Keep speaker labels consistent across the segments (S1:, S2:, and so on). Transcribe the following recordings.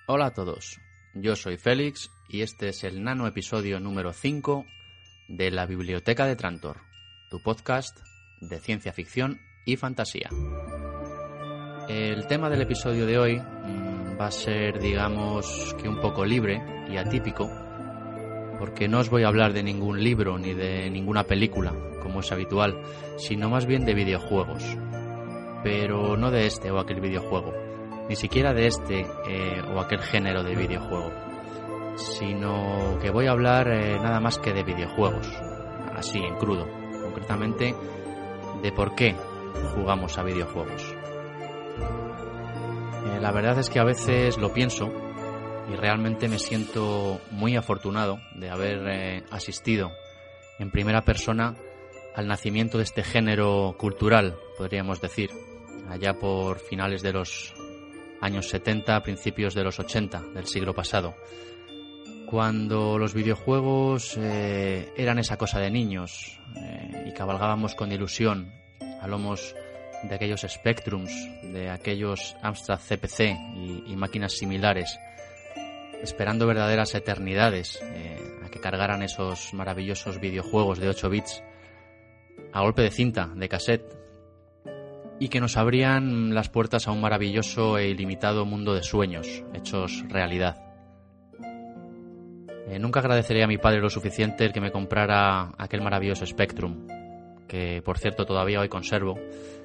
S1: Hola a todos, yo soy Félix y este es el nano episodio número 5 de la Biblioteca de Trantor, tu podcast de ciencia ficción y fantasía. El tema del episodio de hoy va a ser, digamos, que un poco libre y atípico, porque no os voy a hablar de ningún libro ni de ninguna película, como es habitual, sino más bien de videojuegos. Pero no de este o aquel videojuego, ni siquiera de este o aquel género de videojuego, sino que voy a hablar nada más que de videojuegos, así en crudo, concretamente de por qué jugamos a videojuegos. La verdad es que a veces lo pienso y realmente me siento muy afortunado de haber asistido en primera persona al nacimiento de este género cultural, podríamos decir, allá por finales de los años 70, principios de los 80 del siglo pasado, cuando los videojuegos eran esa cosa de niños y cabalgábamos con ilusión a lomos de aquellos Spectrums, de aquellos Amstrad CPC y máquinas similares, esperando verdaderas eternidades a que cargaran esos maravillosos videojuegos de 8 bits a golpe de cinta, de cassette, y que nos abrían las puertas a un maravilloso e ilimitado mundo de sueños hechos realidad. Nunca agradeceré a mi padre lo suficiente el que me comprara aquel maravilloso Spectrum, que por cierto todavía hoy conservo,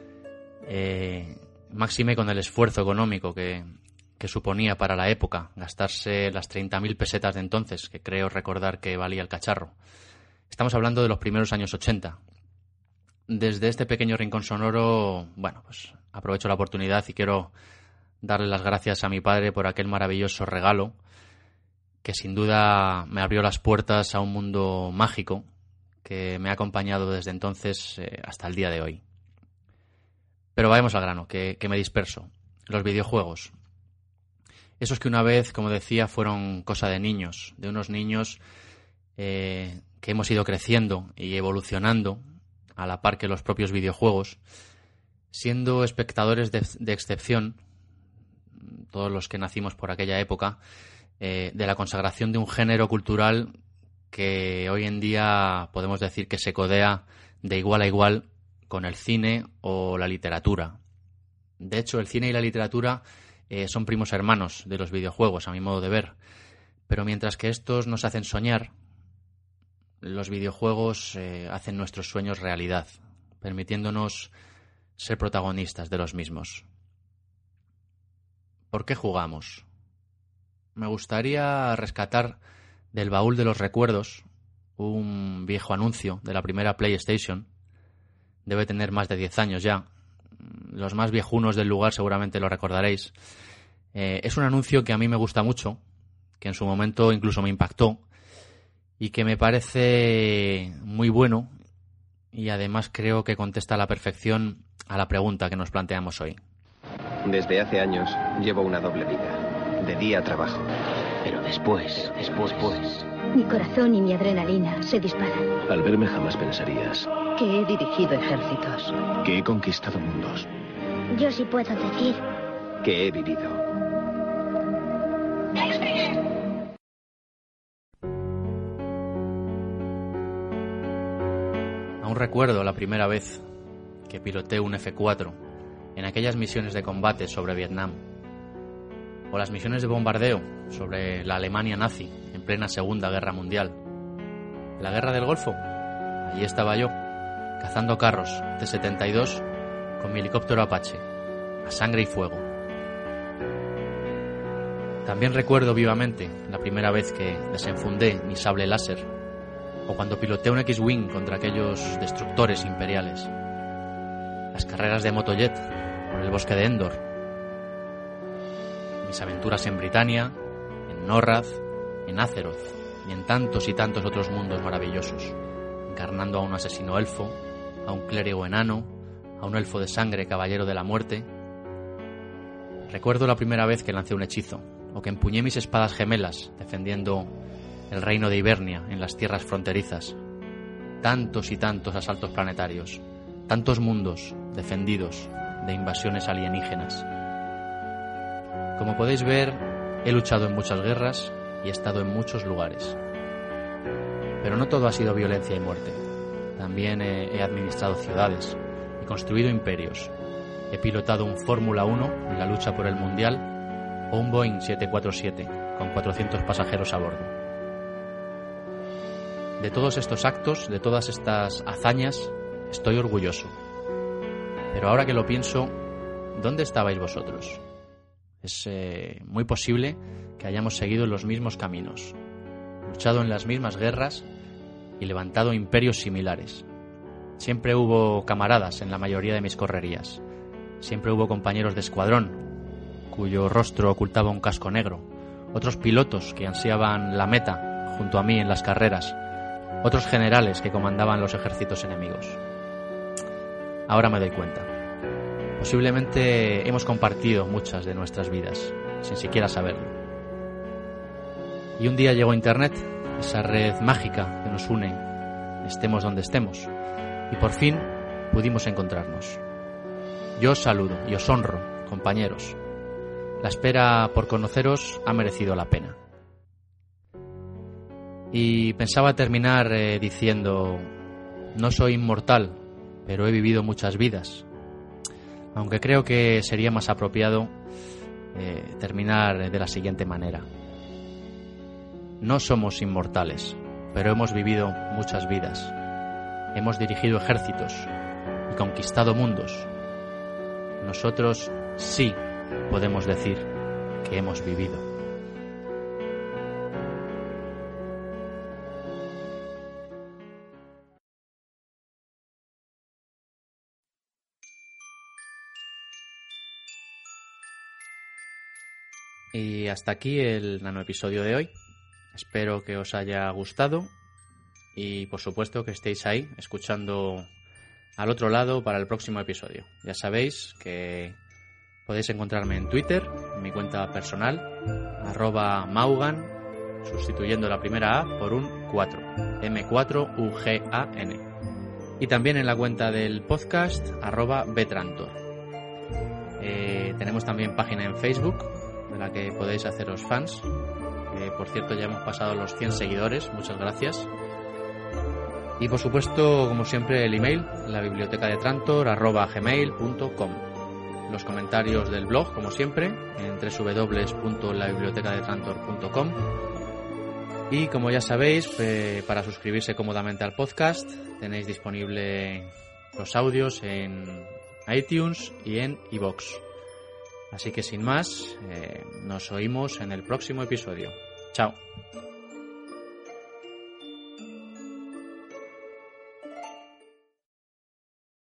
S1: máxime con el esfuerzo económico que suponía para la época gastarse las 30.000 pesetas de entonces, que creo recordar que valía el cacharro. Estamos hablando de los primeros años 80. Desde este pequeño rincón sonoro, pues aprovecho la oportunidad y quiero darle las gracias a mi padre por aquel maravilloso regalo que sin duda me abrió las puertas a un mundo mágico que me ha acompañado desde entonces hasta el día de hoy. Pero vayamos al grano, que me disperso. Los videojuegos. Esos que una vez, como decía, fueron cosa de niños, de unos niños que hemos ido creciendo y evolucionando a la par que los propios videojuegos, siendo espectadores de excepción, todos los que nacimos por aquella época, de la consagración de un género cultural que hoy en día podemos decir que se codea de igual a igual con el cine o la literatura. De hecho, el cine y la literatura son primos hermanos de los videojuegos, a mi modo de ver. Pero mientras que estos nos hacen soñar, los videojuegos hacen nuestros sueños realidad, permitiéndonos ser protagonistas de los mismos. ¿Por qué jugamos? Me gustaría rescatar del baúl de los recuerdos un viejo anuncio de la primera PlayStation. Debe tener más de 10 años ya. Los más viejunos del lugar seguramente lo recordaréis. Es un anuncio que a mí me gusta mucho, que en su momento incluso me impactó, y que me parece muy bueno y además creo que contesta a la perfección a la pregunta que nos planteamos hoy.
S2: Desde hace años llevo una doble vida. De día trabajo, pero después.
S3: Mi corazón y mi adrenalina se disparan.
S2: Al verme jamás pensarías
S3: Que he dirigido ejércitos.
S2: que he conquistado mundos,
S3: Yo sí puedo decir.
S2: que he vivido.
S1: Aún recuerdo la primera vez que piloté un F-4 en aquellas misiones de combate sobre Vietnam, o las misiones de bombardeo sobre la Alemania nazi en plena Segunda Guerra Mundial. En la Guerra del Golfo, allí estaba yo, cazando carros T-72 con mi helicóptero Apache, a sangre y fuego. También recuerdo vivamente la primera vez que desenfundé mi sable láser, o cuando piloté un X-Wing contra aquellos destructores imperiales. Las carreras de motojet por el bosque de Endor. Mis aventuras en Britannia, en Norrath, en Azeroth y en tantos y tantos otros mundos maravillosos, encarnando a un asesino elfo, a un clérigo enano, a un elfo de sangre caballero de la muerte. Recuerdo la primera vez que lancé un hechizo, o que empuñé mis espadas gemelas defendiendo el reino de Hibernia en las tierras fronterizas. Tantos y tantos asaltos planetarios, tantos mundos defendidos de invasiones alienígenas. Como podéis ver, He luchado en muchas guerras y he estado en muchos lugares. Pero no todo ha sido violencia y muerte. También he administrado ciudades y construido imperios. He pilotado un Fórmula 1 en la lucha por el Mundial o un Boeing 747 con 400 pasajeros a bordo. De todos estos actos, de todas estas hazañas, estoy orgulloso. Pero ahora que lo pienso, ¿dónde estabais vosotros? Es muy posible que hayamos seguido los mismos caminos, luchado en las mismas guerras y levantado imperios similares. Siempre hubo camaradas en la mayoría de mis correrías. Siempre hubo compañeros de escuadrón, cuyo rostro ocultaba un casco negro. Otros pilotos que ansiaban la meta junto a mí en las carreras. Otros generales que comandaban los ejércitos enemigos. Ahora me doy cuenta. Posiblemente hemos compartido muchas de nuestras vidas, sin siquiera saberlo. Y un día llegó Internet, esa red mágica que nos une, estemos donde estemos, y por fin pudimos encontrarnos. Yo os saludo y os honro, compañeros. La espera por conoceros ha merecido la pena. Y pensaba terminar diciendo, no soy inmortal, pero he vivido muchas vidas. Aunque creo que sería más apropiado terminar de la siguiente manera. No somos inmortales, pero hemos vivido muchas vidas. Hemos dirigido ejércitos y conquistado mundos. Nosotros sí podemos decir que hemos vivido. Y hasta aquí el nanoepisodio de hoy. Espero que os haya gustado y por supuesto que estéis ahí escuchando al otro lado para el próximo episodio. Ya sabéis que podéis encontrarme en Twitter, en mi cuenta personal, @Maugan, sustituyendo la primera A por un 4, M4UGAN. Y también en la cuenta del podcast, @Betrantor. Tenemos también página en Facebook, de la que podéis haceros fans. Por cierto, ya hemos pasado los 100 seguidores, muchas gracias. Y por supuesto, como siempre, el email, la biblioteca de Trantor, @gmail.com. Los comentarios del blog, como siempre, en www.labibliotecadetrantor.com. Y como ya sabéis, para suscribirse cómodamente al podcast, tenéis disponible los audios en iTunes y en iVoox. Así que sin más, nos oímos en el próximo episodio. Chao.